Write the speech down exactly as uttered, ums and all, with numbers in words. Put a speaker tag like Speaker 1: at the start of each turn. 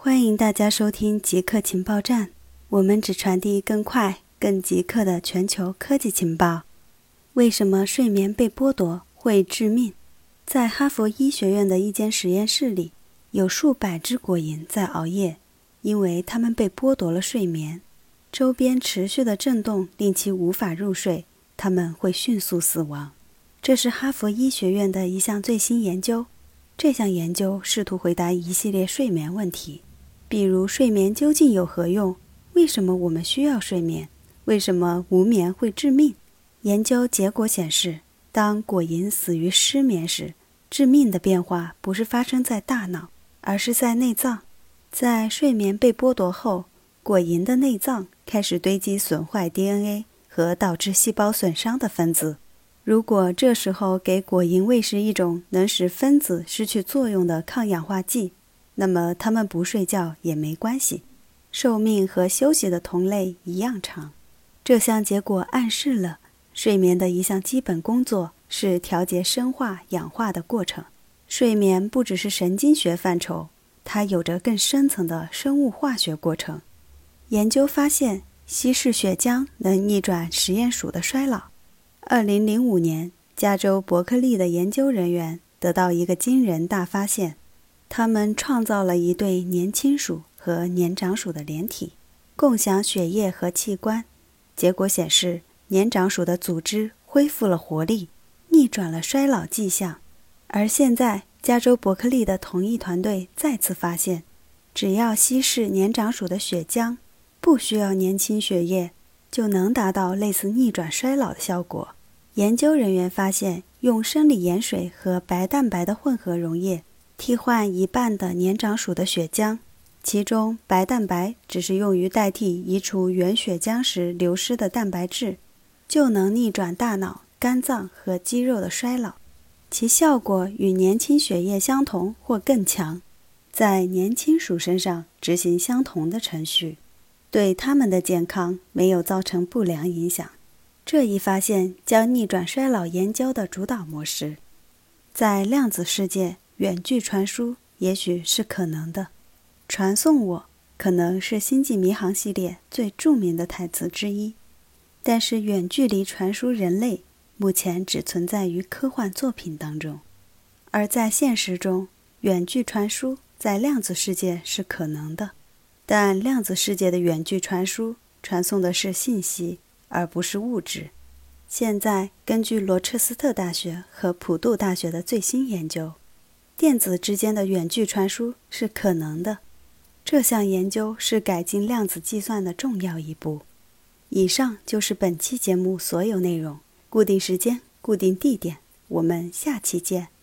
Speaker 1: 欢迎大家收听极客情报站，我们只传递更快、更极客的全球科技情报。为什么睡眠被剥夺会致命？在哈佛医学院的一间实验室里，有数百只果蝇在熬夜，因为它们被剥夺了睡眠。周边持续的震动令其无法入睡，它们会迅速死亡。这是哈佛医学院的一项最新研究。这项研究试图回答一系列睡眠问题，比如睡眠究竟有何用？为什么我们需要睡眠？为什么无眠会致命？研究结果显示，当果蝇死于失眠时，致命的变化不是发生在大脑，而是在内脏。在睡眠被剥夺后，果蝇的内脏开始堆积损坏 D N A 和导致细胞损伤的分子。如果这时候给果蝇喂食一种能使分子失去作用的抗氧化剂，那么它们不睡觉也没关系，寿命和休息的同类一样长。这项结果暗示了睡眠的一项基本工作是调节生化氧化的过程。睡眠不只是神经学范畴，它有着更深层的生物化学过程。研究发现，稀释血浆能逆转实验鼠的衰老。二零零五年，加州伯克利的研究人员得到一个惊人大发现，他们创造了一对年轻鼠和年长鼠的连体，共享血液和器官。结果显示，年长鼠的组织恢复了活力，逆转了衰老迹象。而现在，加州伯克利的同一团队再次发现，只要稀释年长鼠的血浆，不需要年轻血液，就能达到类似逆转衰老的效果。研究人员发现，用生理盐水和白蛋白的混合溶液替换一半的年长鼠的血浆，其中白蛋白只是用于代替移除原血浆时流失的蛋白质，就能逆转大脑、肝脏和肌肉的衰老，其效果与年轻血液相同或更强，在年轻鼠身上执行相同的程序，对它们的健康没有造成不良影响。这一发现将逆转衰老研究的主导模式。在量子世界，远距传输也许是可能的。传送我可能是星际迷航系列最著名的台词之一，但是远距离传输人类目前只存在于科幻作品当中。而在现实中，远距传输在量子世界是可能的，但量子世界的远距传输传送的是信息，而不是物质。现在，根据罗彻斯特大学和普渡大学的最新研究，电子之间的远距传输是可能的。这项研究是改进量子计算的重要一步。以上就是本期节目所有内容，固定时间，固定地点，我们下期见。